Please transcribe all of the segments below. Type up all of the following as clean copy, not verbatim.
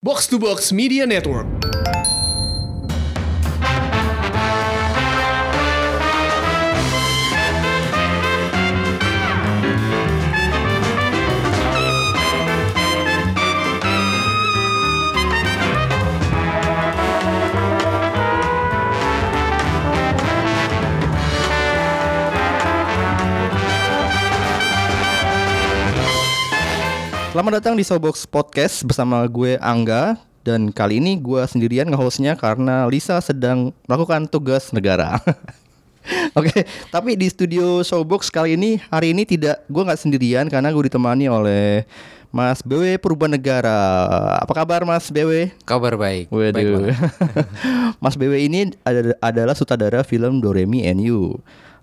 Box to Box Media Network. Selamat datang di Showbox Podcast bersama gue Angga. Dan kali ini gue sendirian nge-hostnya karena Lisa sedang melakukan tugas negara. Oke, tapi di studio Showbox kali ini, hari ini gue gak sendirian karena gue ditemani oleh Mas BW Purbanegara. Apa kabar Mas BW? Kabar baik. Waduh. Mas BW ini adalah sutradara film Doremi NU.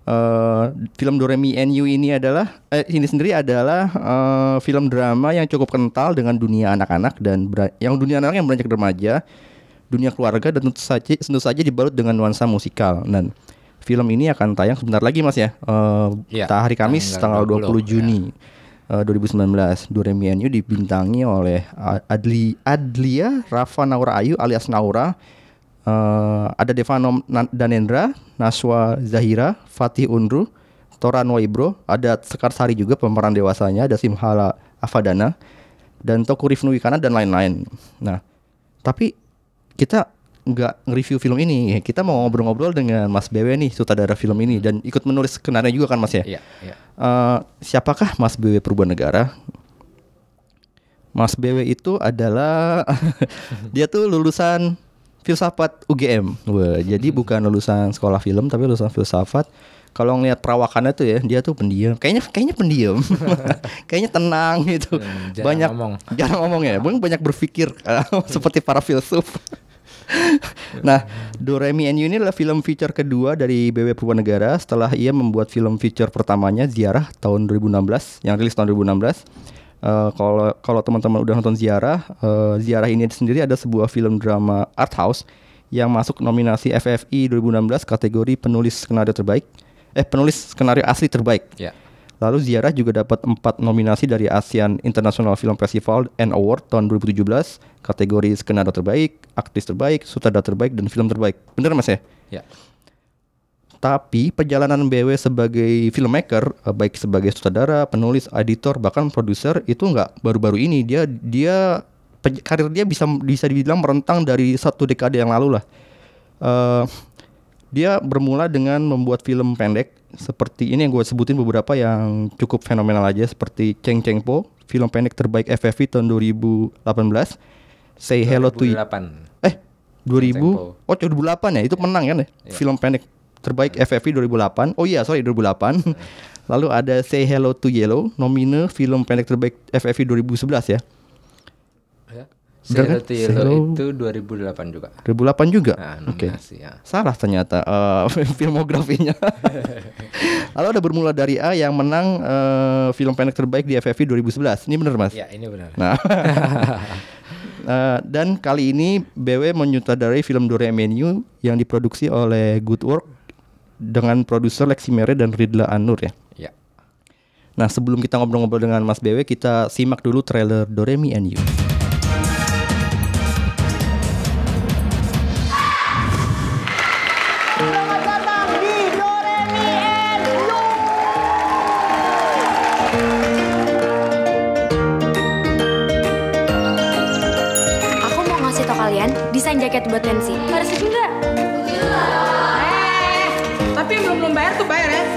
Film Doremi NU ini sendiri adalah film drama yang cukup kental dengan dunia anak-anak dan dunia anak yang beranjak remaja, dunia keluarga, dan tentu saja dibalut dengan nuansa musikal. Dan film ini akan tayang sebentar lagi Mas ya, hari Kamis tanggal 20 Juni 2019. Doremi NU dibintangi oleh Adlia Rafa Naura Ayu alias Naura. Ada Devano Danendra, Naswa Zahira, Fatih Unru, Toran Waibro, ada Sekar Sari juga pemeran dewasanya, ada Simhala Afadana, dan Toku Rifnu Wikana, dan lain-lain. Nah, tapi kita nggak nge-review film ini, kita mau ngobrol-ngobrol dengan Mas BW nih, sutradara film ini, dan ikut menulis skenario juga kan Mas ya? Iya. Siapakah Mas BW Purbanegara? Mas BW itu adalah dia tuh lulusan filsafat UGM. Wah, jadi bukan lulusan sekolah film tapi lulusan filsafat. Kalau ngelihat perawakannya tuh ya, dia tuh pendiam. Kayaknya pendiam. Kayaknya tenang gitu. Jarang ngomong ya. Banyak berpikir seperti para filsuf. Nah, Doremi NU ini adalah film feature kedua dari BW Purbanegara setelah ia membuat film feature pertamanya Ziarah tahun 2016 yang rilis tahun 2016. Kalau teman-teman udah nonton Ziarah ini sendiri ada sebuah film drama art house yang masuk nominasi FFI 2016 kategori penulis skenario asli terbaik. Lalu Ziarah juga dapat 4 nominasi dari ASEAN International Film Festival and Award tahun 2017 kategori skenario terbaik, aktris terbaik, sutradara terbaik, dan film terbaik. Bener Mas ya? Ya. Tapi perjalanan BW sebagai filmmaker, baik sebagai sutradara, penulis, editor, bahkan produser, itu nggak baru-baru ini. Karir dia bisa dibilang merentang dari 1 dekade yang lalu lah. Dia bermula dengan membuat film pendek seperti ini yang gue sebutin beberapa yang cukup fenomenal aja, seperti Cheng Cheng Po, film pendek terbaik FFI tahun 2018. Say Hello to 2000. 2008 ya, itu menang kan ya? Film pendek terbaik FFI 2008. 2008. Lalu ada Say Hello to Yellow, nomine film pendek terbaik FFI 2011 ya. Say Hello to Yellow itu 2008 juga. 2008 juga. Oke. Ya. Salah ternyata filmografinya. Lalu ada Bermula dari A yang menang film pendek terbaik di FFI 2011. Ini benar Mas? Ya, ini benar. Nah. Dan kali ini BW menyutradarai film Doremi NU yang diproduksi oleh Good Work dengan produser Lexi Mere dan Ridla Anur ya. Ya. Nah, sebelum kita ngobrol-ngobrol dengan Mas BW, kita simak dulu trailer Doremi NU. Selamat datang di Doremi NU. Aku mau ngasih tau kalian desain jaket buat Nancy. Pada setuju nggak? Tapi yang belum bayar tuh bayar ya.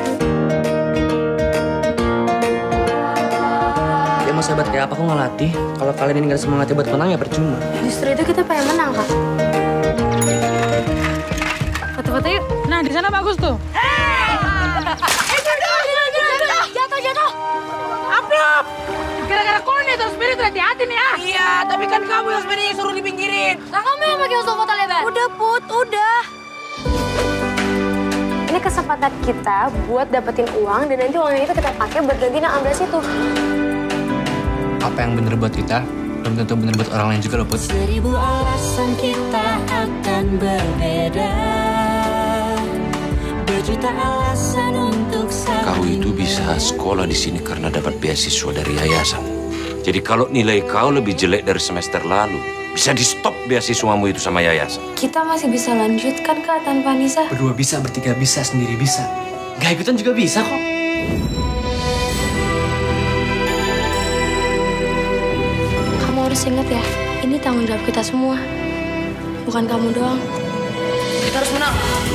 Dia mau sahabat kayak apa, aku ngelatih. Kalau kalian ini gak ada semangatnya buat menang ya percuma. Justru itu kita pengen menang kak. Foto-foto yuk. Nah di sana bagus tuh. Jatuh. Amplop. Gara-gara kau nih terus spirit hati-hati nih ah. Iya, tapi kan kamu yang sebenarnya suruh dipinggirin. Nah kamu yang pakai usul foto lebar. Udah Put, udah. Ini kesempatan kita buat dapetin uang dan nanti uangnya itu kita pakai buat gantiin yang amblas itu. Apa yang bener buat kita, belum tentu bener buat orang lain juga loh Put. 1000 alasan kita akan berbeda. Berjuta alasan untuk saling. Kau itu bisa sekolah di sini karena dapat beasiswa dari yayasan. Jadi kalau nilai kau lebih jelek dari semester lalu, Bisa di stop beasiswamu itu sama yayasan. Kita masih bisa lanjutkan Kak tanpa Nisa. Berdua bisa, bertiga bisa, sendiri bisa. Gak ikutan juga bisa kok. Kamu harus ingat ya, ini tanggung jawab kita semua. Bukan kamu doang. Kita harus menang.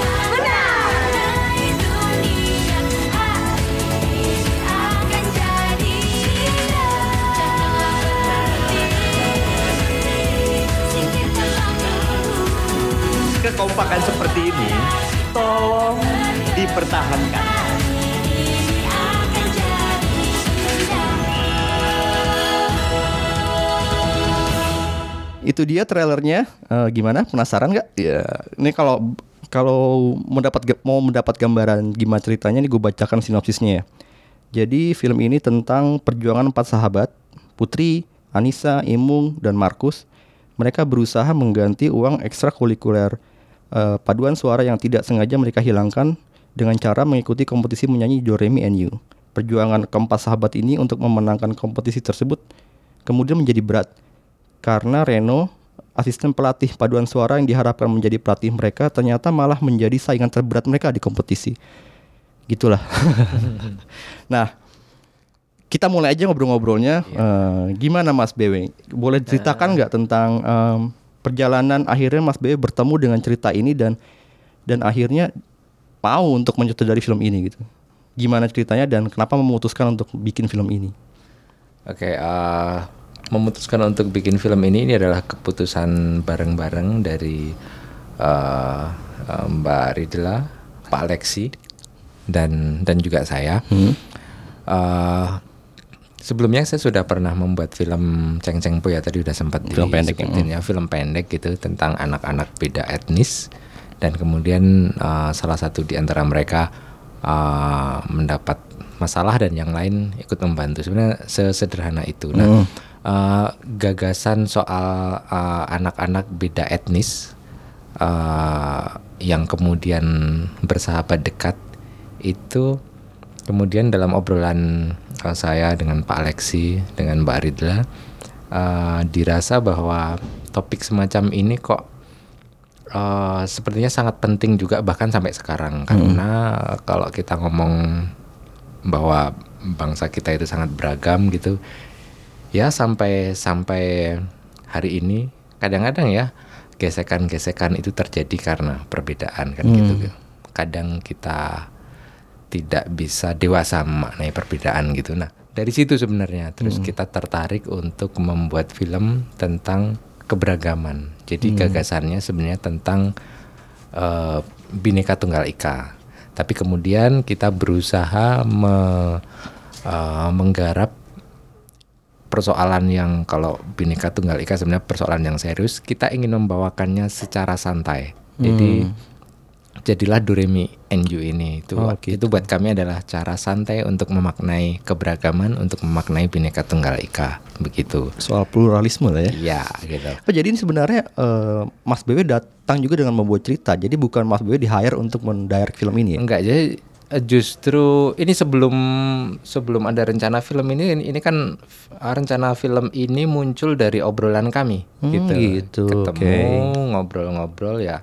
Kekompakan seperti ini tolong dipertahankan. Itu dia trailernya. Gimana? Penasaran nggak? Ya, ini kalau mau mendapat gambaran gimana ceritanya, nih gue bacakan sinopsisnya ya. Jadi film ini tentang perjuangan 4 sahabat, Putri, Anissa, Imung, dan Markus. Mereka berusaha mengganti uang ekstrakurikuler paduan suara yang tidak sengaja mereka hilangkan dengan cara mengikuti kompetisi menyanyi Doremi NU. Perjuangan keempat sahabat ini untuk memenangkan kompetisi tersebut kemudian menjadi berat karena Reno, asisten pelatih paduan suara yang diharapkan menjadi pelatih mereka, ternyata malah menjadi saingan terberat mereka di kompetisi. Gitulah. Nah, kita mulai aja ngobrol-ngobrolnya. Gimana Mas BW? Boleh ceritakan nggak tentang perjalanan akhirnya Mas BW bertemu dengan cerita ini dan akhirnya mau untuk menyutradari film ini gitu. Gimana ceritanya dan kenapa memutuskan untuk bikin film ini? Oke, memutuskan untuk bikin film ini adalah keputusan bareng-bareng dari Mbak Ridla, Pak Alexi, dan juga saya. Sebelumnya saya sudah pernah membuat film Ceng Ceng Po ya, tadi udah sempat disebutin ya, film pendek gitu tentang anak-anak beda etnis, dan kemudian salah satu di antara mereka mendapat masalah dan yang lain ikut membantu. Sebenarnya sesederhana itu. Nah, gagasan soal anak-anak beda etnis yang kemudian bersahabat dekat itu kemudian dalam obrolan saya dengan Pak Alexi, dengan Mbak Ridla, dirasa bahwa topik semacam ini kok sepertinya sangat penting juga bahkan sampai sekarang. Karena kalau kita ngomong bahwa bangsa kita itu sangat beragam gitu, ya sampai hari ini kadang-kadang ya gesekan-gesekan itu terjadi karena perbedaan kan gitu. Kadang kita tidak bisa dewasa memaknai perbedaan gitu. Nah, dari situ sebenarnya terus kita tertarik untuk membuat film tentang keberagaman. Jadi gagasannya sebenarnya tentang Bhinneka Tunggal Ika. Tapi kemudian kita berusaha menggarap persoalan yang kalau Bhinneka Tunggal Ika sebenarnya persoalan yang serius, kita ingin membawakannya secara santai. Jadi jadilah Doremi NU ini itu buat kami adalah cara santai untuk memaknai keberagaman, untuk memaknai Bhinneka Tunggal Ika, begitu. Soal pluralisme lah ya. Iya, gitu. Jadi ini sebenarnya Mas BW datang juga dengan membuat cerita. Jadi bukan Mas BW di-hire untuk mendirect film ini ya? Enggak, jadi justru ini sebelum ada rencana film ini kan rencana film ini muncul dari obrolan kami gitu. Ketemu ngobrol-ngobrol ya.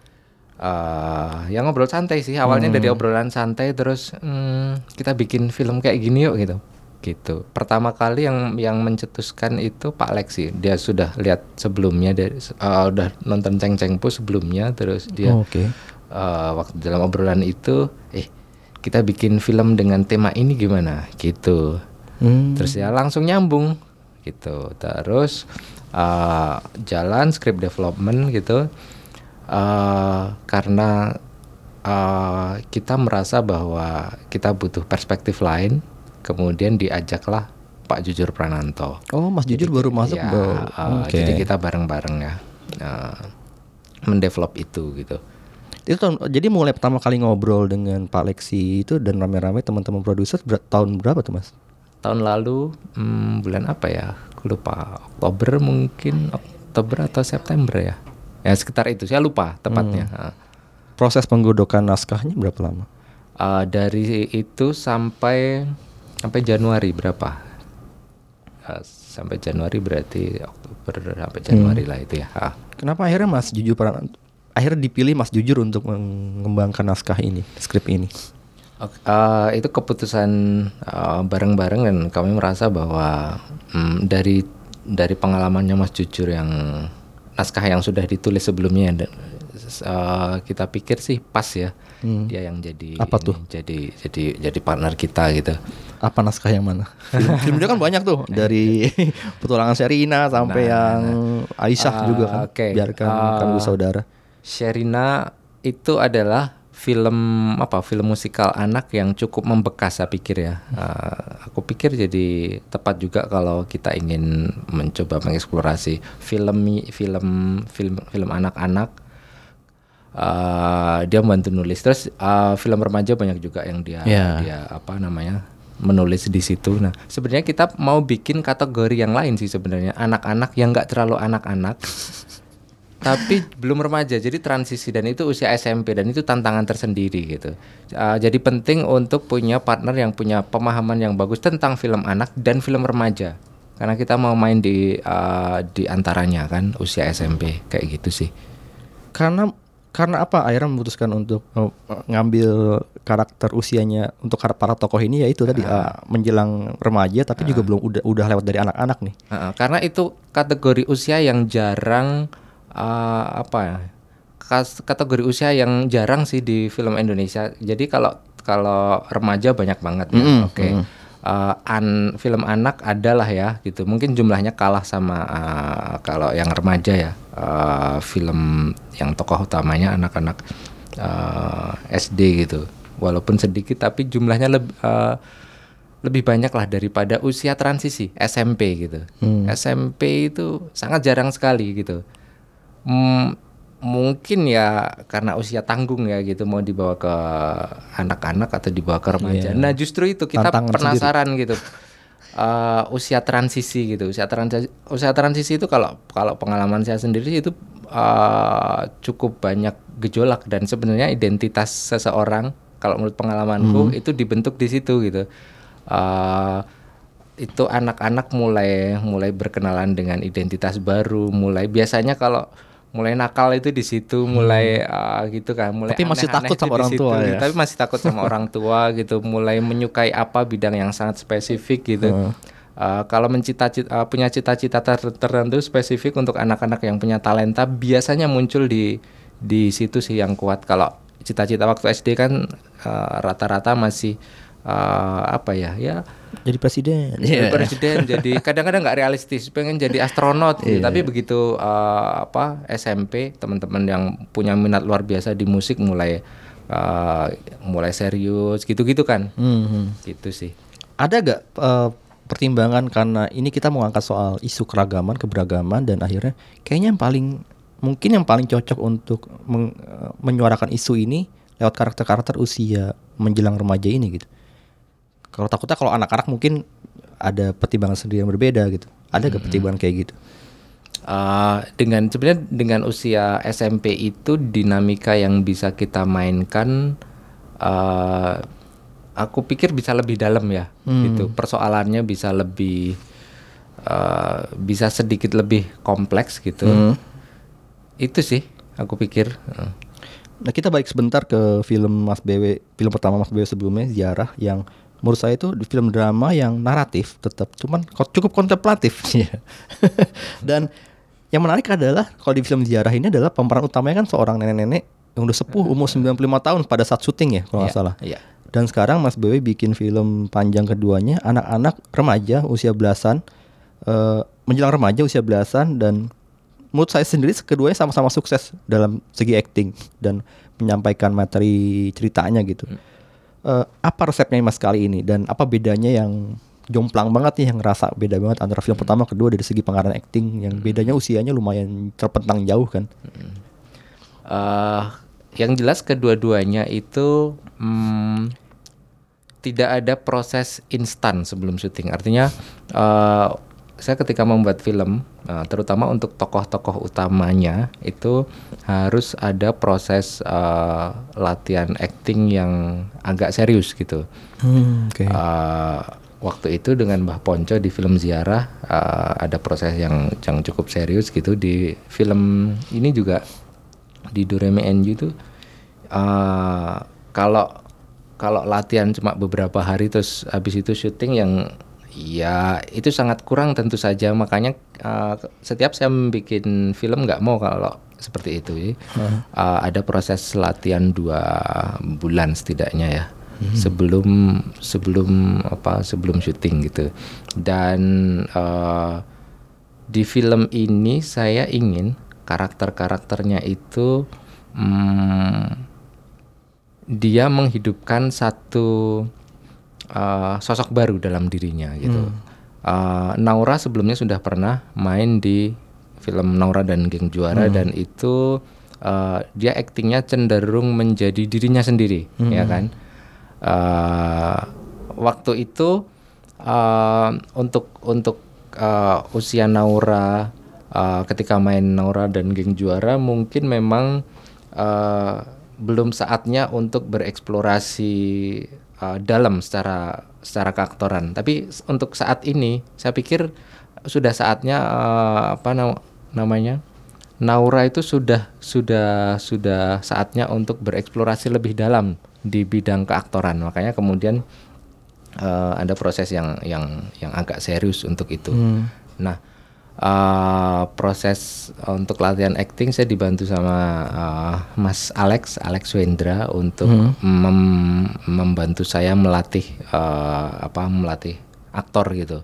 Ya ngobrol santai sih awalnya, dari obrolan santai terus kita bikin film kayak gini yuk gitu. Pertama kali yang mencetuskan itu Pak Alexi. Dia sudah lihat sebelumnya, udah nonton Ceng Ceng Po sebelumnya, terus dia waktu dalam obrolan itu kita bikin film dengan tema ini gimana gitu. Terus ya langsung nyambung gitu. Terus jalan script development gitu. Karena kita merasa bahwa kita butuh perspektif lain, kemudian diajaklah Pak Jujur Prananto. Oh, Mas Jujur baru masuk ya, jadi kita bareng-bareng ya mendevelop itu gitu. Jadi mulai pertama kali ngobrol dengan Pak Alexi itu dan rame-rame teman-teman produser tahun berapa tuh Mas? Tahun lalu bulan apa ya? Aku lupa. Oktober mungkin, Oktober atau September ya. Ya sekitar itu, saya lupa tepatnya. Proses penggodokan naskahnya berapa lama? Dari itu sampai Januari berapa? sampai Januari berarti Oktober sampai Januari lah itu ya. Kenapa akhirnya Mas Jujur akhirnya dipilih Mas Jujur untuk mengembangkan naskah ini, skrip ini? Itu keputusan bareng-bareng dan kami merasa bahwa dari pengalamannya Mas Jujur yang naskah yang sudah ditulis sebelumnya, kita pikir sih pas ya dia yang jadi apa tuh? Jadi partner kita gitu. Apa naskah yang mana? Film dia kan banyak tuh, dari Petualangan Sherina sampai yang Aisyah juga kan. Biarkan Kami Saudara. Sherina itu adalah film musikal anak yang cukup membekas saya pikir ya. Aku pikir jadi tepat juga kalau kita ingin mencoba mengeksplorasi film anak-anak. Dia membantu nulis, terus film remaja banyak juga yang dia menulis di situ. Nah, sebenarnya kita mau bikin kategori yang lain sih sebenarnya, anak-anak yang nggak terlalu anak-anak tapi belum remaja, jadi transisi, dan itu usia SMP, dan itu tantangan tersendiri gitu. Jadi penting untuk punya partner yang punya pemahaman yang bagus tentang film anak dan film remaja, karena kita mau main di antaranya kan, usia SMP kayak gitu sih. Karena apa akhirnya memutuskan untuk ngambil karakter usianya untuk para tokoh ini, yaitu tadi menjelang remaja tapi juga belum udah lewat dari anak-anak nih. Karena itu kategori usia yang jarang kategori usia yang jarang sih di film Indonesia. Jadi kalau remaja banyak banget ya. Film anak adalah ya gitu. Mungkin jumlahnya kalah sama kalau yang remaja ya. Film yang tokoh utamanya anak-anak SD gitu. Walaupun sedikit tapi jumlahnya lebih banyak lah daripada usia transisi SMP gitu. SMP itu sangat jarang sekali gitu. Mungkin ya karena usia tanggung ya gitu, mau dibawa ke anak-anak atau dibawa ke remaja. Nah justru itu kita penasaran sendiri. Gitu. Usia transisi gitu. Usia transisi itu kalau pengalaman saya sendiri itu cukup banyak gejolak, dan sebenarnya identitas seseorang kalau menurut pengalamanku itu dibentuk di situ gitu. Itu anak-anak mulai berkenalan dengan identitas baru, biasanya kalau mulai nakal itu di situ, mulai gitu kan, mulai tapi masih takut sama orang tua ya. Tapi masih takut sama orang tua gitu, mulai menyukai bidang yang sangat spesifik gitu. Kalau punya cita-cita tertentu spesifik untuk anak-anak yang punya talenta, biasanya muncul di situ sih yang kuat. Kalau cita-cita waktu SD kan rata-rata masih jadi presiden. Jadi kadang-kadang nggak realistis, pengen jadi astronot gitu. Tapi begitu SMP, teman-teman yang punya minat luar biasa di musik mulai serius gitu kan. Gitu sih. Ada gak pertimbangan, karena ini kita mau angkat soal isu keragaman, keberagaman, dan akhirnya kayaknya yang paling cocok untuk menyuarakan isu ini lewat karakter-karakter usia menjelang remaja ini gitu. Kalau takutnya kalau anak-anak mungkin ada pertimbangan sendiri yang berbeda gitu. Ada gak pertimbangan kayak gitu? Dengan usia SMP itu dinamika yang bisa kita mainkan, aku pikir bisa lebih dalam ya. Gitu. Persoalannya bisa bisa sedikit lebih kompleks gitu. Itu sih aku pikir. Nah, kita balik sebentar ke film pertama Mas BW sebelumnya, Ziarah, yang menurut saya itu film drama yang naratif tetap, cuman cukup kontemplatif. Dan yang menarik adalah kalau di film Ziarah ini adalah pemeran utamanya kan seorang nenek-nenek yang udah sepuh, umur 95 tahun pada saat syuting ya kalau nggak salah. Dan sekarang Mas BW bikin film panjang keduanya, anak-anak remaja usia belasan, menjelang remaja usia belasan, dan menurut saya sendiri keduanya sama-sama sukses dalam segi acting dan menyampaikan materi ceritanya gitu. Apa resepnya Mas kali ini, dan apa bedanya yang jomplang banget nih, yang ngerasa beda banget antara film pertama kedua dari segi pengarahan acting yang bedanya usianya lumayan terpentang jauh kan? Yang jelas kedua-duanya itu tidak ada proses instan sebelum syuting. Artinya saya ketika membuat film, terutama untuk tokoh-tokoh utamanya, itu harus ada proses latihan acting yang agak serius gitu. waktu itu dengan Mbah Ponco di film Ziarah ada proses yang cukup serius gitu. Di film ini juga di Doremi NU itu kalau latihan cuma beberapa hari terus habis itu syuting yang ya itu sangat kurang tentu saja. Makanya setiap saya bikin film nggak mau kalau seperti itu ya. Ada proses latihan 2 bulan setidaknya ya. Sebelum syuting gitu. Dan di film ini saya ingin karakternya itu dia menghidupkan satu sosok baru dalam dirinya gitu. Naura sebelumnya sudah pernah main di film Naura dan Geng Juara dan itu dia aktingnya cenderung menjadi dirinya sendiri, ya kan. Waktu itu untuk usia Naura ketika main Naura dan Geng Juara mungkin memang belum saatnya untuk bereksplorasi dalam secara keaktoran. Tapi untuk saat ini saya pikir sudah saatnya Naura itu sudah saatnya untuk bereksplorasi lebih dalam di bidang keaktoran. Makanya kemudian ada proses yang agak serius untuk itu. Nah, proses untuk latihan acting saya dibantu sama Mas Alex Wendra untuk membantu saya melatih aktor gitu.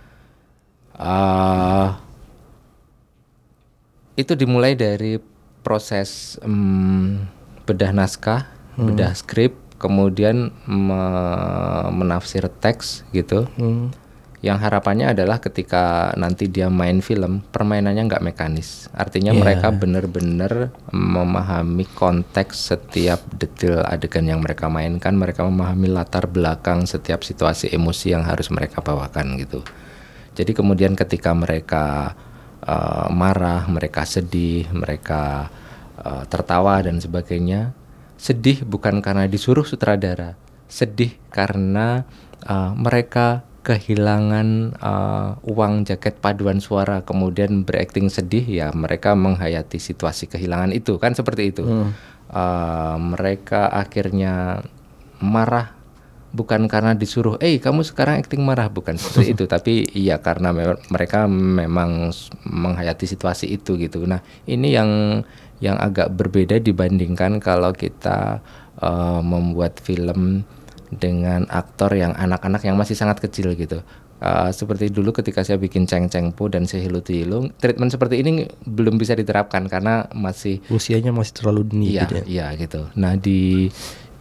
Itu dimulai dari proses bedah naskah, bedah skrip, kemudian menafsir teks gitu. Yang harapannya adalah ketika nanti dia main film, permainannya nggak mekanis. Artinya mereka benar-benar memahami konteks setiap detail adegan yang mereka mainkan. Mereka memahami latar belakang setiap situasi emosi yang harus mereka bawakan gitu. Jadi kemudian ketika mereka marah, mereka sedih, mereka tertawa dan sebagainya. Sedih bukan karena disuruh sutradara, sedih karena mereka kehilangan uang jaket paduan suara, kemudian berakting sedih, ya mereka menghayati situasi kehilangan itu, kan seperti itu. Mereka akhirnya marah bukan karena disuruh, kamu sekarang akting marah, bukan seperti itu, tapi iya karena mereka memang menghayati situasi itu gitu. Nah, ini yang agak berbeda dibandingkan kalau kita membuat film dengan aktor yang anak-anak yang masih sangat kecil gitu. Seperti dulu ketika saya bikin Ceng Ceng Po dan Sehilu Tilu, treatment seperti ini belum bisa diterapkan karena masih usianya masih terlalu dini. Iya gitu. Nah di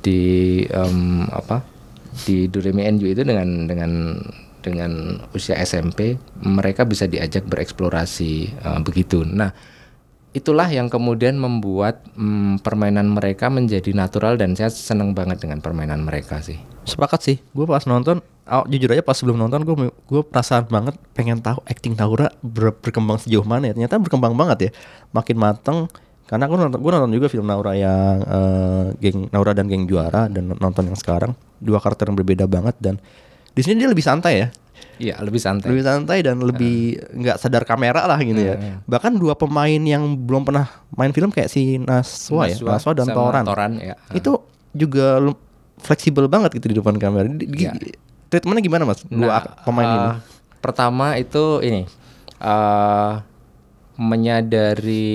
Doremi NU itu dengan usia SMP mereka bisa diajak bereksplorasi begitu. Nah, itulah yang kemudian membuat permainan mereka menjadi natural dan saya senang banget dengan permainan mereka sih. Sepakat sih, gue pas nonton, jujur aja pas sebelum nonton gue perasaan banget pengen tahu acting Naura berkembang sejauh mana ya. Ternyata berkembang banget ya, makin mateng. Karena gue nonton juga film Naura yang Naura dan Geng Juara dan nonton yang sekarang, 2 karakter yang berbeda banget dan di sini dia lebih santai ya. Iya, lebih santai. Lebih santai dan lebih nggak sadar kamera lah gitu ya. Bahkan 2 pemain yang belum pernah main film kayak si Naswa dan Toran ya. Itu juga fleksibel banget gitu di depan kamera. Treatmentnya gimana Mas? 2 pemain ini. Pertama itu ini menyadari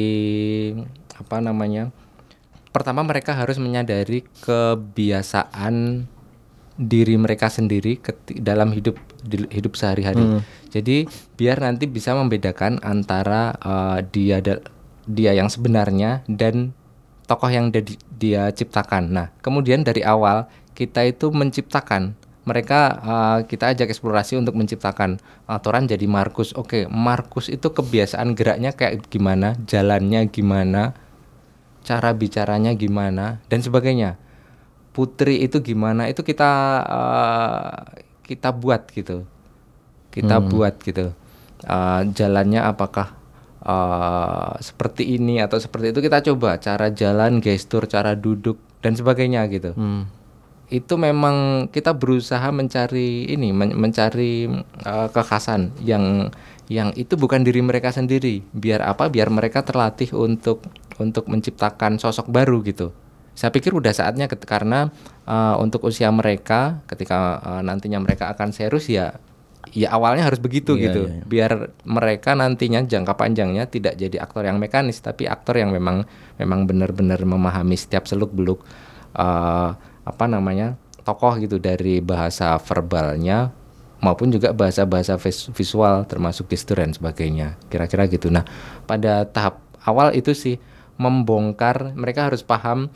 pertama mereka harus menyadari kebiasaan diri mereka sendiri dalam hidup sehari-hari. Jadi biar nanti bisa membedakan antara dia yang sebenarnya dan tokoh yang dia ciptakan. Nah, kemudian dari awal kita itu menciptakan mereka, kita ajak eksplorasi untuk menciptakan. Toran jadi Markus. Oke, Markus itu kebiasaan geraknya kayak gimana, jalannya gimana, cara bicaranya gimana dan sebagainya. Putri itu gimana, itu kita buat gitu. Jalannya apakah seperti ini atau seperti itu, kita coba cara jalan, gestur, cara duduk dan sebagainya gitu. itu memang kita berusaha mencari ini, mencari kekhasan yang itu bukan diri mereka sendiri. Biar apa? Biar mereka terlatih untuk menciptakan sosok baru gitu. Saya pikir udah saatnya karena untuk usia mereka ketika nantinya mereka akan serius ya awalnya harus begitu gitu. Iya. Biar mereka nantinya jangka panjangnya tidak jadi aktor yang mekanis tapi aktor yang memang benar-benar memahami setiap seluk-beluk tokoh gitu, dari bahasa verbalnya maupun juga bahasa-bahasa visual termasuk gestur dan sebagainya. Kira-kira gitu. Nah, pada tahap awal itu sih membongkar, mereka harus paham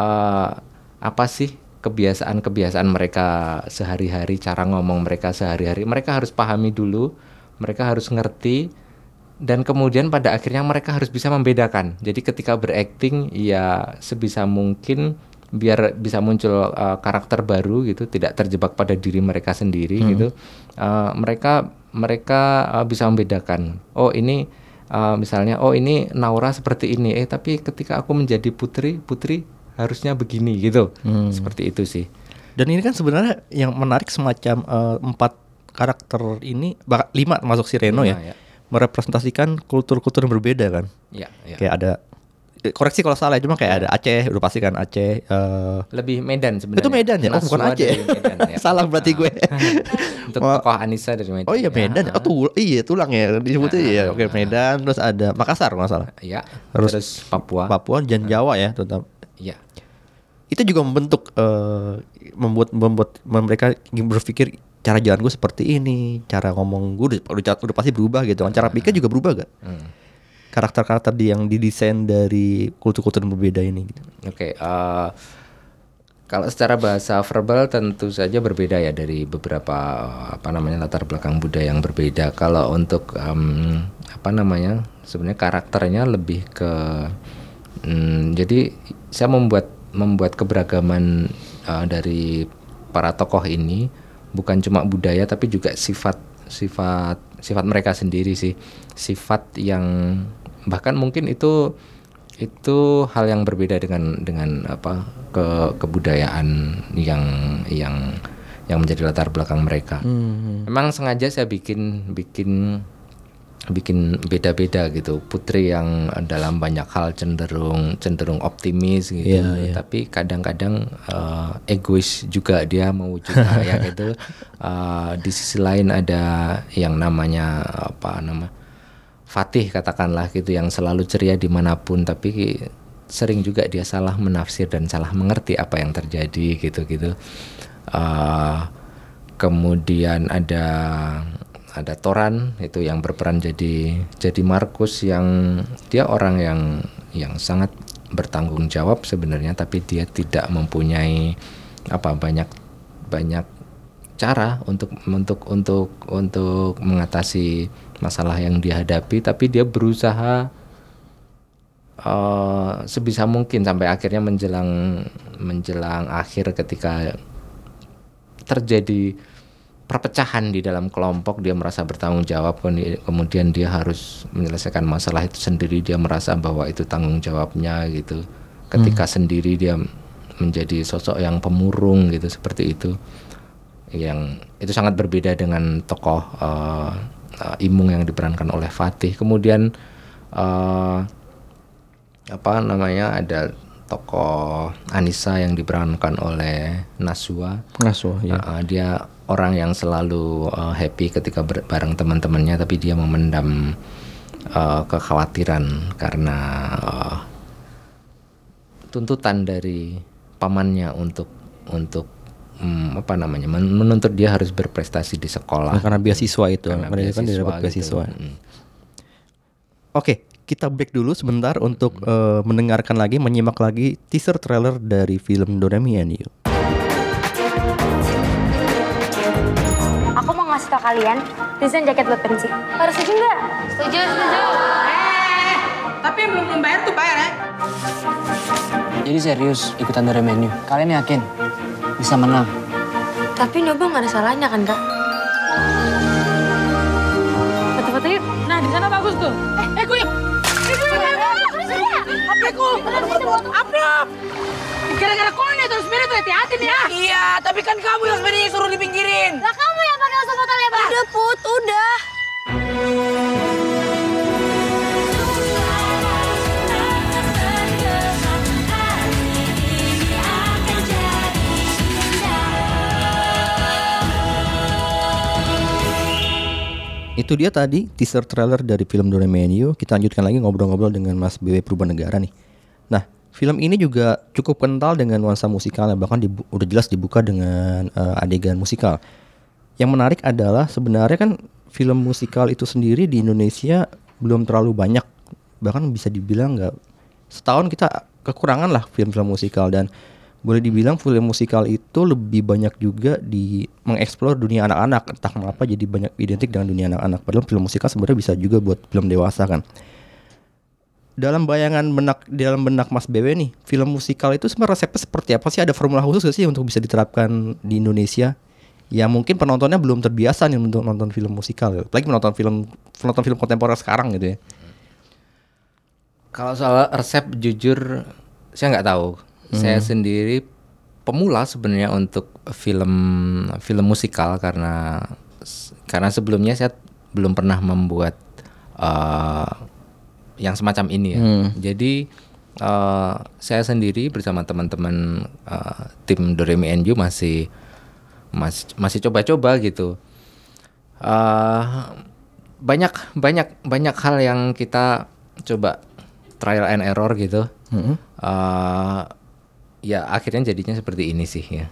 apa sih kebiasaan mereka sehari-hari, cara ngomong mereka sehari-hari. Mereka harus pahami dulu, mereka harus ngerti, dan kemudian pada akhirnya mereka harus bisa membedakan. Jadi ketika berakting ya sebisa mungkin biar bisa muncul karakter baru gitu, tidak terjebak pada diri mereka sendiri gitu. Mereka bisa membedakan. Oh ini misalnya, oh ini Naura seperti ini. Tapi ketika aku menjadi putri harusnya begini gitu. Seperti itu sih. Dan ini kan sebenarnya yang menarik semacam 4 karakter ini, 5 termasuk si Reno ya, merepresentasikan kultur-kultur yang berbeda kan. Ya. Kayak ada, koreksi kalau salah, cuma kayak ada Aceh, udah pasti kan Aceh. Lebih Medan sebenarnya. Itu Medan ya? Oh bukan Aceh. Medan, ya. Salah berarti gue. Untuk tokoh Anissa dari Medan. Oh iya Medan. Iya tulang ya disebutnya ya. Oke Medan, terus ada Makassar kalau nggak salah. Iya. Terus Papua dan Jawa ya terutama. Iya. Itu juga membentuk membuat mereka berpikir cara jalan gue seperti ini, cara ngomong gue udah pasti berubah gitu kan. Cara pikir juga berubah gak? Karakter-karakter yang didesain dari kultur-kultur yang berbeda ini gitu. Oke, kalau secara bahasa verbal tentu saja berbeda ya dari beberapa latar belakang budaya yang berbeda. Kalau untuk sebenarnya karakternya lebih ke jadi saya membuat keberagaman dari para tokoh ini bukan cuma budaya tapi juga sifat mereka sendiri sih, sifat yang bahkan mungkin itu hal yang berbeda dengan kebudayaan yang menjadi latar belakang mereka. Memang sengaja saya bikin beda-beda gitu. Putri yang dalam banyak hal cenderung optimis gitu, tapi kadang-kadang egois juga, dia mewujudkan ya gitu. Di sisi lain ada yang namanya Fatih katakanlah gitu, yang selalu ceria dimanapun, tapi sering juga dia salah menafsir dan salah mengerti apa yang terjadi gitu. Kemudian ada Toran itu yang berperan jadi Markus, yang dia orang yang sangat bertanggung jawab sebenarnya, tapi dia tidak mempunyai banyak cara untuk mengatasi masalah yang dihadapi, tapi dia berusaha sebisa mungkin sampai akhirnya menjelang akhir ketika terjadi perpecahan di dalam kelompok, dia merasa bertanggung jawab, kemudian dia harus menyelesaikan masalah itu sendiri, dia merasa bahwa itu tanggung jawabnya gitu. Ketika sendiri dia menjadi sosok yang pemurung gitu, seperti itu. Yang itu sangat berbeda dengan tokoh Imung yang diperankan oleh Fatih. Kemudian ada tokoh Anissa yang diperankan oleh Naswa ya. Dia orang yang selalu happy ketika bareng teman-temannya, tapi dia memendam kekhawatiran karena tuntutan dari pamannya untuk menuntut dia harus berprestasi di sekolah. Karena beasiswa itu, mereka kan dapat beasiswa. Oke, kita break dulu sebentar untuk mendengarkan lagi, menyimak lagi teaser trailer dari film Doremi and You. Aku mau ngasih tau kalian desain jaket buat pensi. Harus setuju nggak? Setuju. Tapi belum bayar tuh bayar ya. Jadi serius ikutan Doremi and You? Kalian yakin bisa menang? Tapi nyoba nggak ada salahnya kan kak? Foto-foto yuk. Nah di sana bagus tuh. Aku yuk. Upload. Gara-gara kau nih terus spirit hati-hati nih ah. Iya, tapi kan kamu yang sebenarnya suruh dipinggirin. Lah kamu yang pakai foto lebar. Udah Put, udah. Itu dia tadi teaser trailer dari film Doraemon. Kita lanjutkan lagi ngobrol-ngobrol dengan Mas BW Purbanegara nih. Nah, film ini juga cukup kental dengan nuansa musikalnya, bahkan udah jelas dibuka dengan adegan musikal. Yang menarik adalah sebenarnya kan film musikal itu sendiri di Indonesia belum terlalu banyak, bahkan bisa dibilang nggak, setahun kita kekurangan lah film-film musikal. Dan boleh dibilang film musikal itu lebih banyak juga di mengeksplor dunia anak-anak. Entah kenapa jadi banyak identik dengan dunia anak-anak. Padahal film musikal sebenarnya bisa juga buat film dewasa kan. Dalam benak Mas BW nih, film musikal itu sebenarnya resepnya seperti apa sih? Ada formula khusus gak sih untuk bisa diterapkan di Indonesia? Ya mungkin penontonnya belum terbiasa nih untuk nonton film musikal, apalagi menonton film kontemporer sekarang gitu ya. Kalau soal resep jujur saya nggak tahu. Saya sendiri pemula sebenarnya untuk film musikal karena sebelumnya saya belum pernah membuat yang semacam ini ya. Jadi saya sendiri bersama teman-teman tim Doraemon NU masih coba-coba gitu. Banyak hal yang kita coba trial and error gitu. Ya akhirnya jadinya seperti ini sih ya.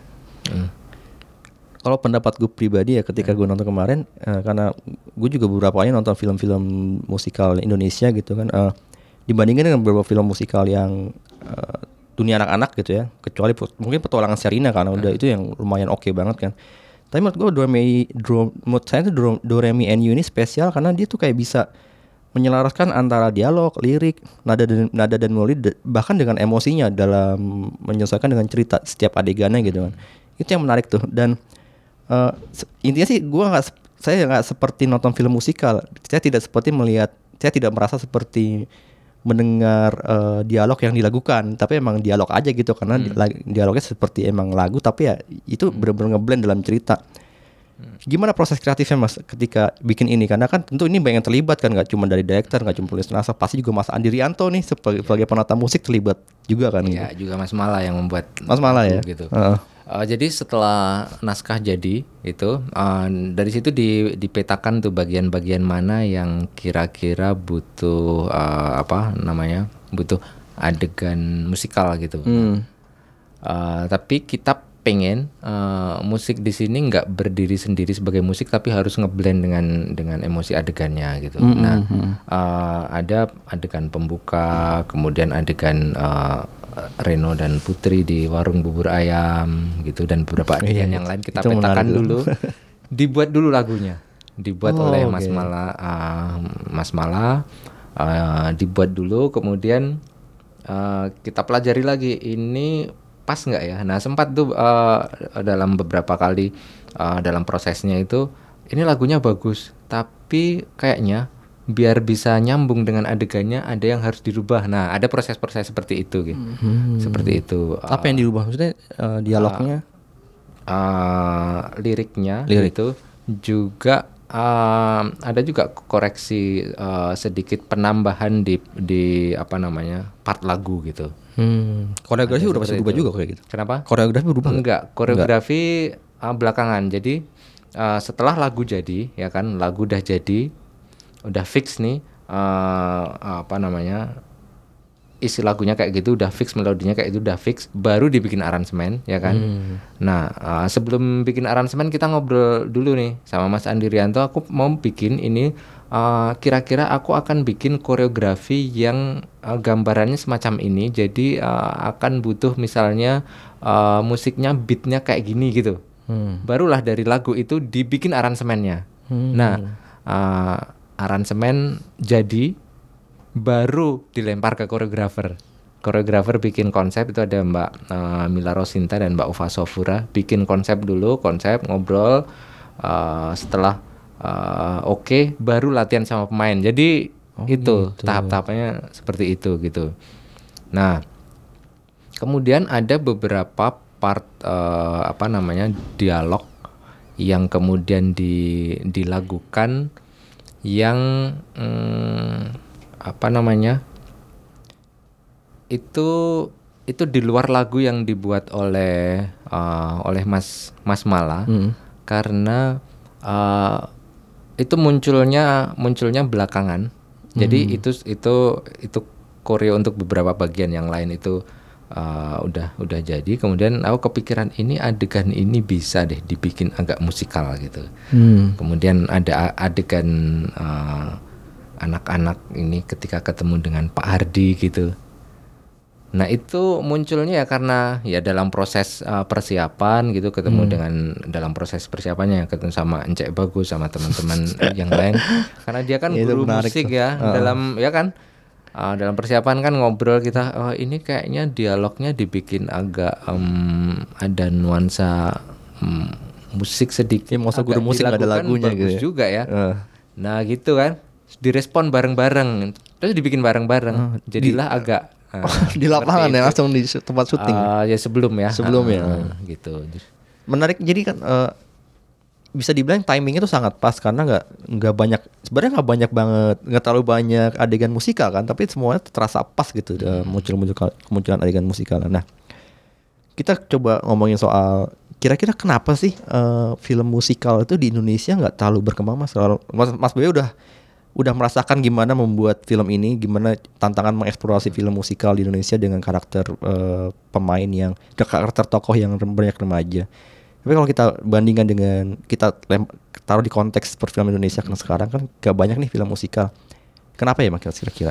Kalau pendapat gue pribadi ya, ketika gue nonton kemarin, karena gue juga beberapa kali nonton film-film musikal Indonesia gitu kan, dibandingkan dengan beberapa film musikal yang dunia anak-anak gitu ya, kecuali mungkin Petualangan Sherina karena udah itu yang lumayan oke banget kan. Tapi menurut gue Doraemon NU ini spesial karena dia tuh kayak bisa menyelaraskan antara dialog, lirik, nada dan melodi, bahkan dengan emosinya dalam menyesuaikan dengan cerita setiap adegannya gitu kan. Itu yang menarik tuh. Dan intinya sih saya nggak seperti nonton film musikal. Saya tidak merasa seperti mendengar dialog yang dilakukan, tapi emang dialog aja gitu karena dialognya seperti emang lagu, tapi ya itu benar-benar ngeblend dalam cerita. Gimana proses kreatifnya Mas ketika bikin ini? Karena kan tentu ini banyak yang terlibat kan, nggak cuma dari director, nggak cuma penulis naskah, pasti juga Mas Andi Rianto nih sebagai penata musik terlibat juga kan? Iya, gitu. Juga Mas Mala yang membuat Mas Mala ya. Gitu. Jadi setelah naskah jadi itu dari situ dipetakan tuh bagian-bagian mana yang kira-kira butuh butuh adegan musikal gitu. Tapi kita pengen musik di sini nggak berdiri sendiri sebagai musik, tapi harus ngeblend dengan emosi adegannya gitu. Ada adegan pembuka, kemudian adegan Reno dan Putri di warung bubur ayam gitu, dan beberapa adegan yang lain kita petakan dulu. Dibuat dulu lagunya, dibuat oleh Mas Mala, dibuat dulu, kemudian kita pelajari lagi ini pas nggak ya. Nah sempat tuh dalam beberapa kali dalam prosesnya itu, ini lagunya bagus tapi kayaknya biar bisa nyambung dengan adegannya ada yang harus dirubah. Nah ada proses-proses seperti itu gitu. Seperti itu. Apa yang dirubah maksudnya? Dialognya, liriknya itu juga ada juga koreksi sedikit penambahan di part lagu gitu. Koreografi udah pasti berubah juga kayak gitu. Kenapa? Koreografi berubah? Enggak, koreografi belakangan. Jadi setelah lagu jadi, ya kan, lagu udah jadi, udah fix nih, isi lagunya kayak gitu, udah fix, melodinya kayak itu udah fix, baru dibikin aransemen, ya kan. Nah sebelum bikin aransemen kita ngobrol dulu nih sama Mas Andi Rianto, aku mau bikin ini. Kira-kira aku akan bikin koreografi yang gambarannya semacam ini. Jadi akan butuh misalnya musiknya, beatnya kayak gini gitu. Barulah dari lagu itu dibikin aransemennya. Nah aransemen jadi, baru dilempar ke koreografer. Koreografer bikin konsep, itu ada Mbak Mila Rosinta dan Mbak Ova Sofura. Bikin konsep dulu, ngobrol. Setelah oke, baru latihan sama pemain. Jadi itu gitu. Tahap-tahapnya seperti itu gitu. Nah kemudian ada beberapa part dialog yang kemudian dilakukan yang itu di luar lagu yang dibuat oleh Mas Mala, karena itu munculnya belakangan. Jadi itu koreo untuk beberapa bagian, yang lain itu udah jadi. Kemudian aku kepikiran ini adegan ini bisa deh dibikin agak musikal gitu. Kemudian ada adegan anak-anak ini ketika ketemu dengan Pak Hardi gitu. Nah itu munculnya ya karena ya dalam proses persiapan gitu, ketemu dengan dalam proses persiapannya ketemu sama Encek Bagus sama teman-teman yang lain, karena dia kan guru musik ya, dalam persiapan kan ngobrol kita, oh ini kayaknya dialognya dibikin agak ada nuansa musik sedikit, masa guru musik gak ada lagunya bagus gitu juga ya. Nah gitu kan, direspon bareng-bareng, terus dibikin bareng-bareng, jadilah agak di lapangan ya, langsung di tempat syuting. Ya sebelum ya. Gitu. Menarik, jadi kan bisa dibilang timingnya itu sangat pas karena nggak banyak, sebenarnya nggak banyak banget, nggak terlalu banyak adegan musikal kan, tapi semuanya terasa pas gitu, kemunculan adegan musikal. Nah, kita coba ngomongin soal kira-kira kenapa sih film musikal itu di Indonesia nggak terlalu berkembang, Mas? Mas Bebe udah merasakan gimana membuat film ini, gimana tantangan mengeksplorasi film musikal di Indonesia dengan karakter pemain karakter tokoh yang banyak remaja. Tapi kalau kita bandingkan dengan kita taruh di konteks perfilman Indonesia kan sekarang kan gak banyak nih film musikal. Kenapa ya Mas kira-kira?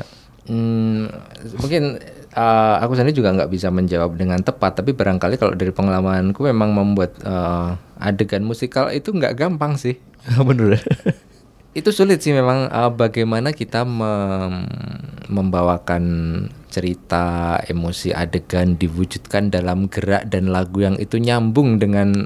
Mungkin aku sendiri juga nggak bisa menjawab dengan tepat, tapi barangkali kalau dari pengalamanku memang membuat adegan musikal itu nggak gampang sih. Bener. Itu sulit sih memang, bagaimana kita membawakan cerita, emosi adegan diwujudkan dalam gerak dan lagu yang itu nyambung dengan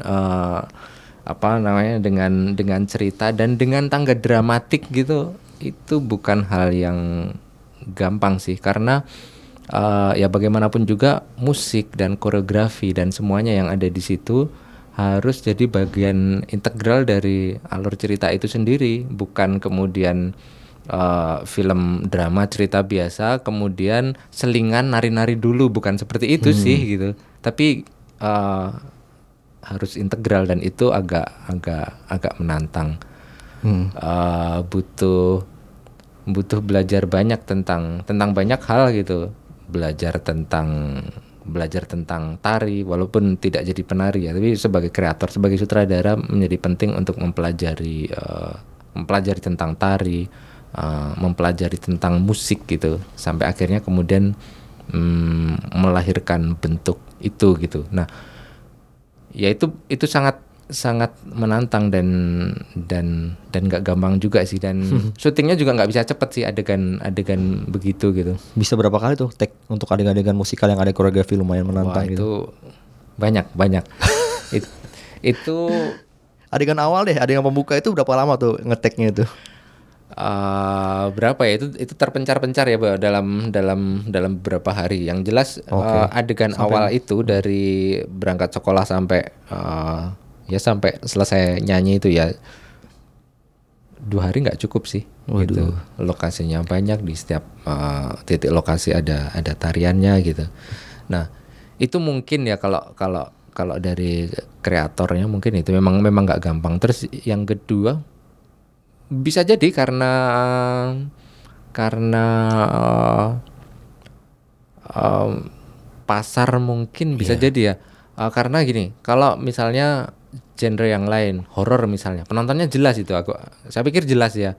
dengan cerita dan dengan tangga dramatik gitu. Itu bukan hal yang gampang sih, karena ya bagaimanapun juga musik dan koreografi dan semuanya yang ada di situ harus jadi bagian integral dari alur cerita itu sendiri, bukan kemudian film drama cerita biasa kemudian selingan nari-nari dulu, bukan seperti itu sih gitu. Tapi harus integral dan itu agak menantang. Butuh belajar banyak tentang banyak hal gitu. Belajar tentang tari, walaupun tidak jadi penari ya, tapi sebagai kreator, sebagai sutradara menjadi penting untuk mempelajari tentang tari, mempelajari tentang musik gitu, sampai akhirnya kemudian melahirkan bentuk itu gitu. Nah, ya itu sangat menantang dan nggak gampang juga sih, dan syutingnya juga nggak bisa cepet sih adegan begitu gitu. Bisa berapa kali tuh take untuk adegan musikal yang ada koreografi lumayan menantang? Wah, gitu. itu banyak. Itu adegan awal deh, adegan pembuka itu berapa lama tuh ngeteknya itu? Berapa ya, itu terpencar-pencar ya dalam beberapa hari. Yang jelas adegan awal itu dari berangkat sekolah sampai sampai selesai nyanyi itu ya 2 hari nggak cukup sih. Gitu. Lokasinya banyak, di setiap titik lokasi ada tariannya gitu. Nah itu mungkin ya kalau dari kreatornya mungkin itu memang nggak gampang. Terus yang kedua bisa jadi karena pasar mungkin bisa jadi ya. Karena gini, kalau misalnya genre yang lain, horor misalnya, penontonnya jelas itu, saya pikir jelas ya,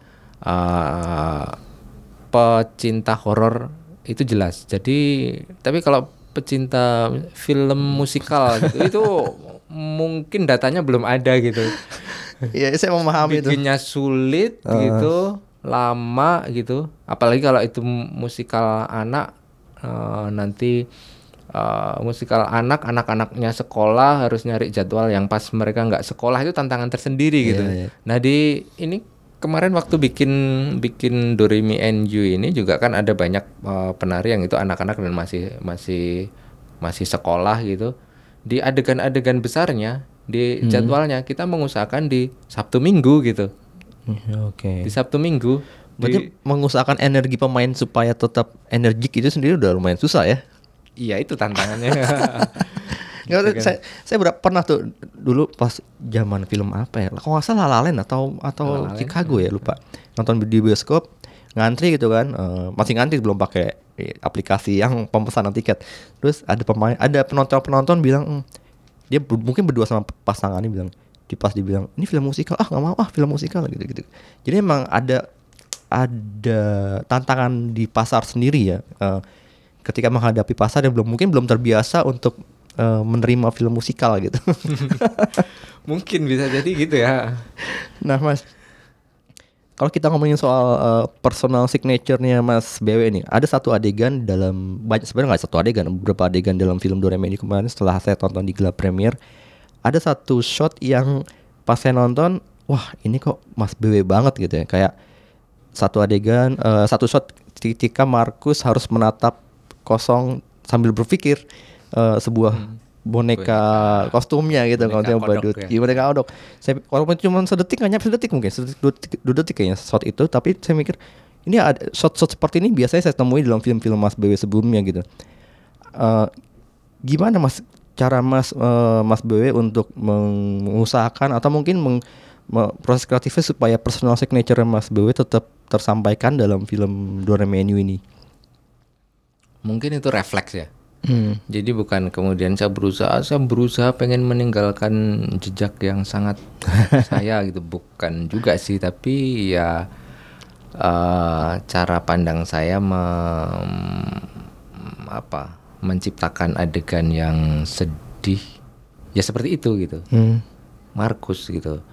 pecinta horor itu jelas. Tapi kalau pecinta film musikal gitu, itu mungkin datanya belum ada gitu. Iya, saya memahami itu. Bikinnya sulit gitu, lama gitu. Apalagi kalau itu musikal anak, nanti musikal anak-anaknya sekolah harus nyari jadwal yang pas mereka nggak sekolah, itu tantangan tersendiri gitu. Nah di ini kemarin waktu bikin Doremi and You ini juga kan ada banyak penari yang itu anak-anak dan masih sekolah gitu. di adegan-adegan besarnya, di jadwalnya kita mengusahakan di Sabtu Minggu gitu. Oke. Di Sabtu Minggu. Berarti mengusahakan energi pemain supaya tetap energik itu sendiri udah lumayan susah ya? Iya itu tantangannya. Nggak, saya pernah tuh dulu pas zaman film apa ya? Kalau nggak salah La La Land atau La La Land, Chicago ya, lupa. Nonton di bioskop, ngantri gitu kan, masih ngantri belum pakai aplikasi yang pemesanan tiket. Terus ada penonton bilang dia mungkin berdua sama pasangannya bilang, dibilang ini film musikal, nggak mau film musikal gitu. Jadi emang ada tantangan di pasar sendiri ya, ketika menghadapi pasar yang belum terbiasa untuk menerima film musikal gitu. Mungkin bisa jadi gitu ya. Nah Mas, kalau kita ngomongin soal personal signature-nya Mas BW ini, ada satu adegan sebenarnya nggak satu adegan, beberapa adegan dalam film Doraemon ini kemarin setelah saya tonton di gala premier, ada satu shot yang pas saya nonton, wah ini kok Mas BW banget gitu ya, kayak satu adegan, satu shot ketika Markus harus menatap kosong sambil berpikir sebuah boneka kostumnya gitu, boneka kalau badut, ya. Boneka kodok. Saya walaupun cuma sedetik, nggak nyampe sedetik mungkin, dua detik kayaknya shot itu, tapi saya mikir ini ada shot seperti ini biasanya saya temui dalam film-film Mas BW sebelumnya gitu. Gimana Mas cara Mas BW untuk mengusahakan atau mungkin proses kreatifnya supaya personal signature Mas BW tetap tersampaikan dalam film Doraemon ini? Mungkin itu refleks ya. Jadi bukan kemudian saya berusaha pengen meninggalkan jejak yang sangat saya gitu, bukan juga sih, tapi ya cara pandang saya menciptakan adegan yang sedih ya seperti itu gitu. Markus gitu.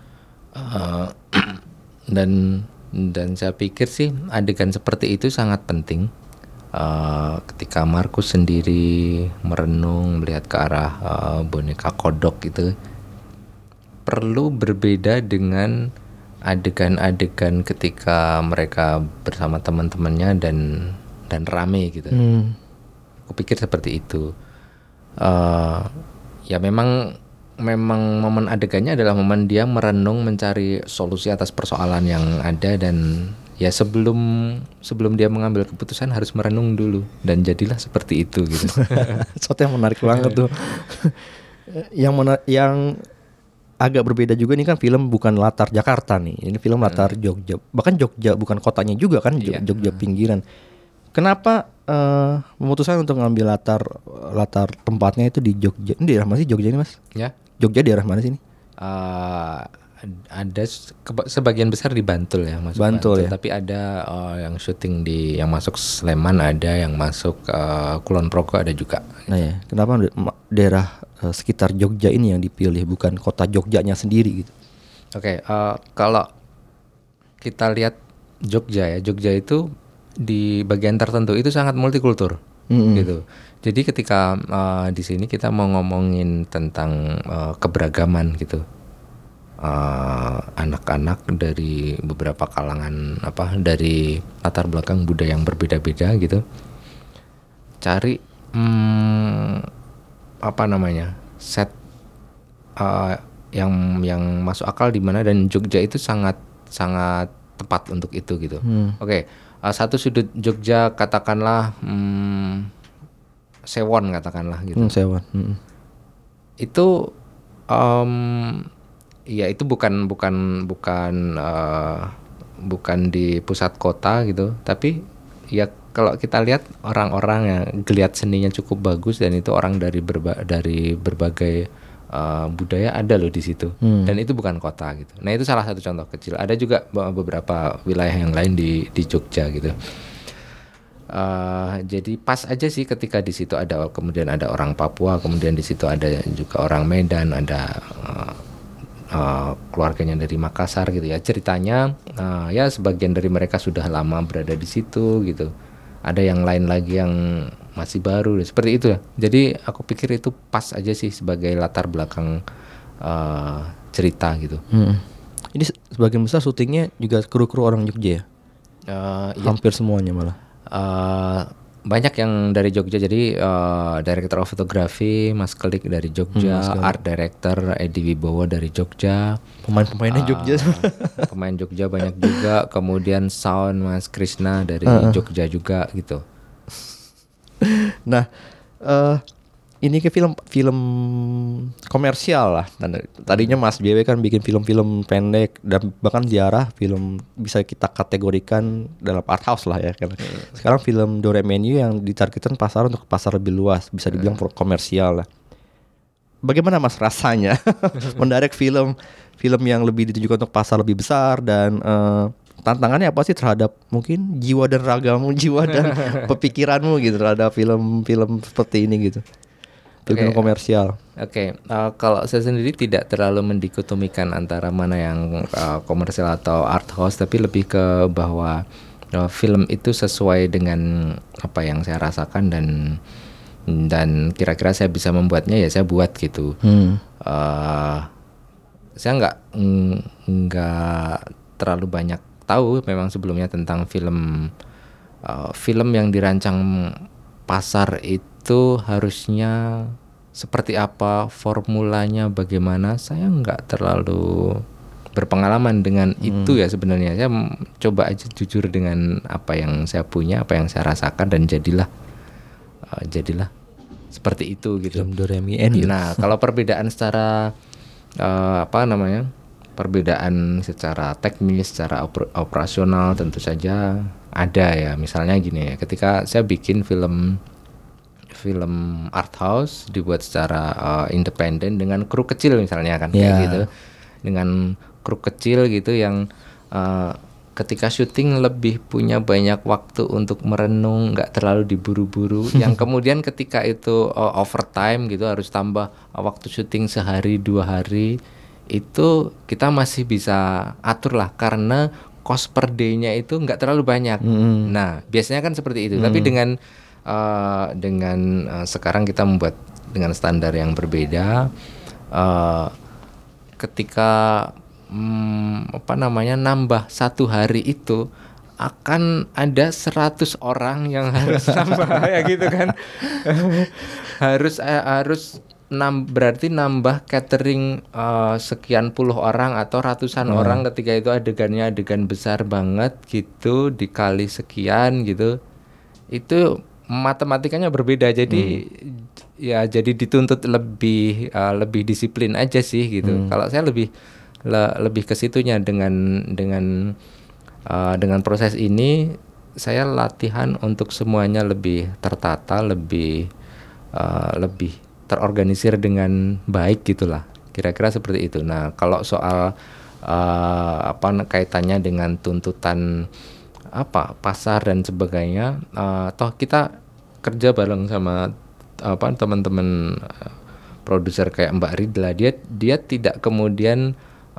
Dan saya pikir sih adegan seperti itu sangat penting. Ketika Markus sendiri merenung melihat ke arah boneka kodok itu, perlu berbeda dengan adegan-adegan ketika mereka bersama teman-temannya dan rame gitu. Aku pikir seperti itu. Ya memang momen adegannya adalah momen dia merenung mencari solusi atas persoalan yang ada, dan ya sebelum dia mengambil keputusan harus merenung dulu, dan jadilah seperti itu gitu. Sesuatu yang menarik banget tuh. Yang agak berbeda juga nih kan, film bukan latar Jakarta nih. Ini film latar Jogja. Bahkan Jogja bukan kotanya juga kan, Jogja pinggiran. Kenapa memutuskan untuk ngambil latar tempatnya itu di Jogja? Ini daerah mana sih Jogja ini Mas? Ya. Jogja daerah mana sih ini? Ada sebagian besar di Bantul ya, masuk Bantul ya. Tapi ada yang syuting yang masuk Sleman, ada yang masuk Kulon Progo ada juga. Nah ya, kenapa daerah sekitar Jogja ini yang dipilih, bukan kota Jogjanya sendiri gitu? Oke, kalau kita lihat Jogja itu di bagian tertentu itu sangat multikultur gitu. Jadi ketika di sini kita mau ngomongin tentang keberagaman gitu. Anak-anak dari beberapa kalangan dari latar belakang budaya yang berbeda-beda gitu, cari set yang masuk akal di mana, dan Jogja itu sangat tepat untuk itu gitu. Oke, satu sudut Jogja katakanlah Sewon katakanlah gitu. Sewon. Itu ya itu bukan di pusat kota gitu, tapi ya kalau kita lihat orang-orang yang geliat seninya cukup bagus, dan itu orang dari berbagai budaya ada loh di situ, dan itu bukan kota gitu. Nah itu salah satu contoh kecil. Ada juga beberapa wilayah yang lain di Jogja gitu. Jadi pas aja sih ketika di situ kemudian ada orang Papua, kemudian di situ ada juga orang Medan, ada keluarganya dari Makassar gitu ya. Ceritanya ya sebagian dari mereka sudah lama berada di situ gitu. Ada yang lain lagi yang masih baru, seperti itu ya. Jadi aku pikir itu pas aja sih sebagai latar belakang cerita gitu. Ini sebagian besar syutingnya juga kru-kru orang Jogja ya? Hampir semuanya malah. banyak yang dari Jogja. Jadi director of photography Mas Kelik dari Jogja, art director Edi Wibowo dari Jogja, Pemain-pemainnya Jogja. pemain Jogja banyak juga. Kemudian sound Mas Krisna dari Jogja juga gitu. Nah, ini ke film komersial lah. Tadinya Mas BW kan bikin film-film pendek dan bahkan Ziarah film bisa kita kategorikan dalam art house lah ya kan. Sekarang film Doremenu yang ditargetkan pasar untuk pasar lebih luas, bisa dibilang komersial lah. Bagaimana Mas rasanya mendirect film yang lebih ditujukan untuk pasar lebih besar dan tantangannya apa sih terhadap mungkin jiwa dan ragamu, jiwa dan pemikiranmu gitu terhadap film-film seperti ini gitu? Film komersial. Kalau saya sendiri tidak terlalu mendikotomikan antara mana yang komersial atau art house, tapi lebih ke bahwa film itu sesuai dengan apa yang saya rasakan dan kira-kira saya bisa membuatnya ya saya buat gitu. Saya nggak terlalu banyak tahu memang sebelumnya tentang film yang dirancang pasar itu harusnya seperti apa, formulanya bagaimana, saya nggak terlalu berpengalaman dengan itu ya sebenarnya. Saya coba aja jujur dengan apa yang saya punya, apa yang saya rasakan dan jadilah seperti itu gitu. Nah, kalau perbedaan secara perbedaan secara teknis, secara operasional tentu saja ada ya. Misalnya gini ya, ketika saya bikin film art house dibuat secara independen dengan kru kecil misalnya kan kayak gitu, dengan kru kecil gitu yang ketika syuting lebih punya banyak waktu untuk merenung, nggak terlalu diburu-buru. Yang kemudian ketika itu overtime gitu harus tambah waktu syuting sehari 2 hari, itu kita masih bisa atur lah karena cost per day-nya itu nggak terlalu banyak. Nah biasanya kan seperti itu. Tapi dengan sekarang kita membuat dengan standar yang berbeda. Ketika nambah 1 hari itu akan ada 100 orang yang harus nambah ya gitu kan. harus berarti nambah catering sekian puluh orang atau ratusan orang ketika itu adegannya adegan besar banget gitu dikali sekian gitu. Itu matematikanya berbeda, jadi ya jadi dituntut lebih disiplin aja sih gitu. Kalau saya lebih ke situnya dengan proses ini saya latihan untuk semuanya lebih tertata, lebih terorganisir dengan baik gitulah. Kira-kira seperti itu. Nah, kalau soal kaitannya dengan tuntutan pasar dan sebagainya, toh kita kerja bareng sama teman-teman produser kayak Mbak Ridla. Dia tidak kemudian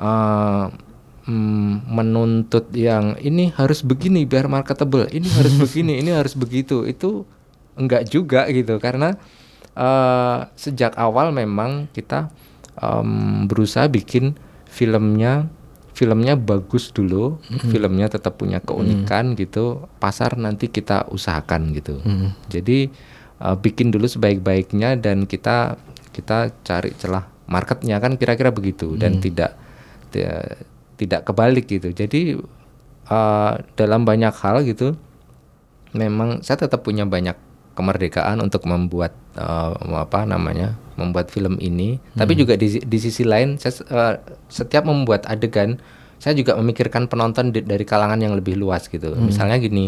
menuntut yang ini harus begini biar marketable, ini harus begini, ini harus begitu. Itu enggak juga gitu, karena sejak awal memang kita berusaha bikin filmnya bagus dulu, filmnya tetap punya keunikan gitu, pasar nanti kita usahakan gitu. Jadi bikin dulu sebaik-baiknya dan kita cari celah marketnya kan kira-kira begitu, dan tidak kebalik gitu. Jadi dalam banyak hal gitu memang saya tetap punya banyak kemerdekaan untuk membuat membuat film ini. Tapi juga di sisi lain saya setiap membuat adegan saya juga memikirkan penonton dari kalangan yang lebih luas gitu. Misalnya gini,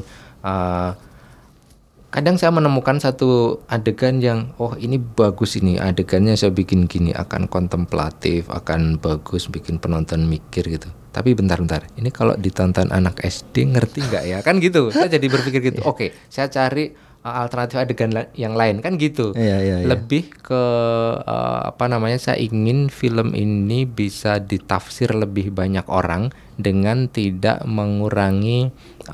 kadang saya menemukan satu adegan yang ini bagus, ini adegannya saya bikin gini akan kontemplatif, akan bagus, bikin penonton mikir gitu. Tapi bentar, ini kalau ditonton anak SD ngerti nggak ya? Kan gitu. Saya jadi berpikir gitu. Oke, saya cari alternatif adegan yang lain kan gitu. Lebih ke saya ingin film ini bisa ditafsir lebih banyak orang dengan tidak mengurangi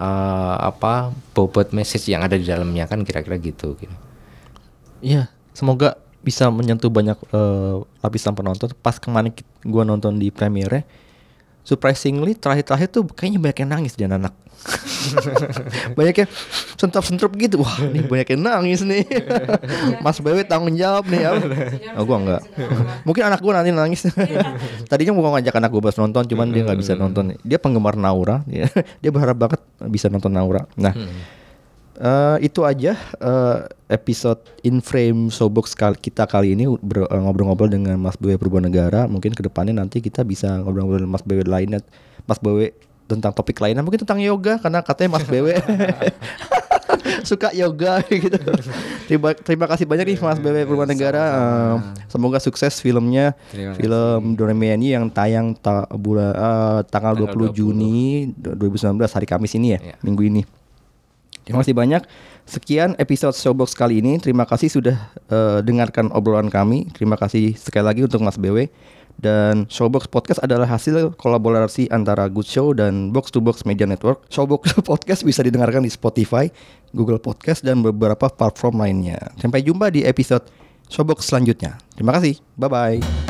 bobot message yang ada di dalamnya kan kira-kira gitu. Iya, semoga bisa menyentuh banyak lapisan penonton. Pas kemarin gue nonton di premiere, surprisingly terakhir tuh kayaknya banyak yang nangis dia anak. Banyak yang sentrup gitu. Wah, nih banyak yang nangis nih. Mas BW tanggung jawab nih. Oh, gua enggak. Mungkin anak gua nanti nangis. Tadinya gua ngajak anak gua nonton, cuman dia nggak bisa nonton. Dia penggemar Naura. Dia berharap banget bisa nonton Naura. Nah, itu aja episode In Frame Showbox kita kali ini ngobrol-ngobrol dengan Mas BW Purbanegara. Mungkin kedepannya nanti kita bisa ngobrol-ngobrol dengan Mas BW lainnya, Mas BW tentang topik lainnya, mungkin tentang yoga karena katanya Mas BW suka yoga gitu. Terima kasih banyak nih Mas BW Purbanegara. Semoga sukses filmnya, film Doremi yang tayang tanggal 20 Juni 2019 hari Kamis ini ya, minggu ini. Terima kasih banyak. Sekian episode Showbox kali ini. Terima kasih sudah dengarkan obrolan kami. Terima kasih sekali lagi untuk Mas BW. Dan Showbox Podcast adalah hasil kolaborasi antara Good Show dan Box to Box Media Network. Showbox Podcast bisa didengarkan di Spotify, Google Podcast, dan beberapa platform lainnya. Sampai jumpa di episode Showbox selanjutnya. Terima kasih. Bye-bye.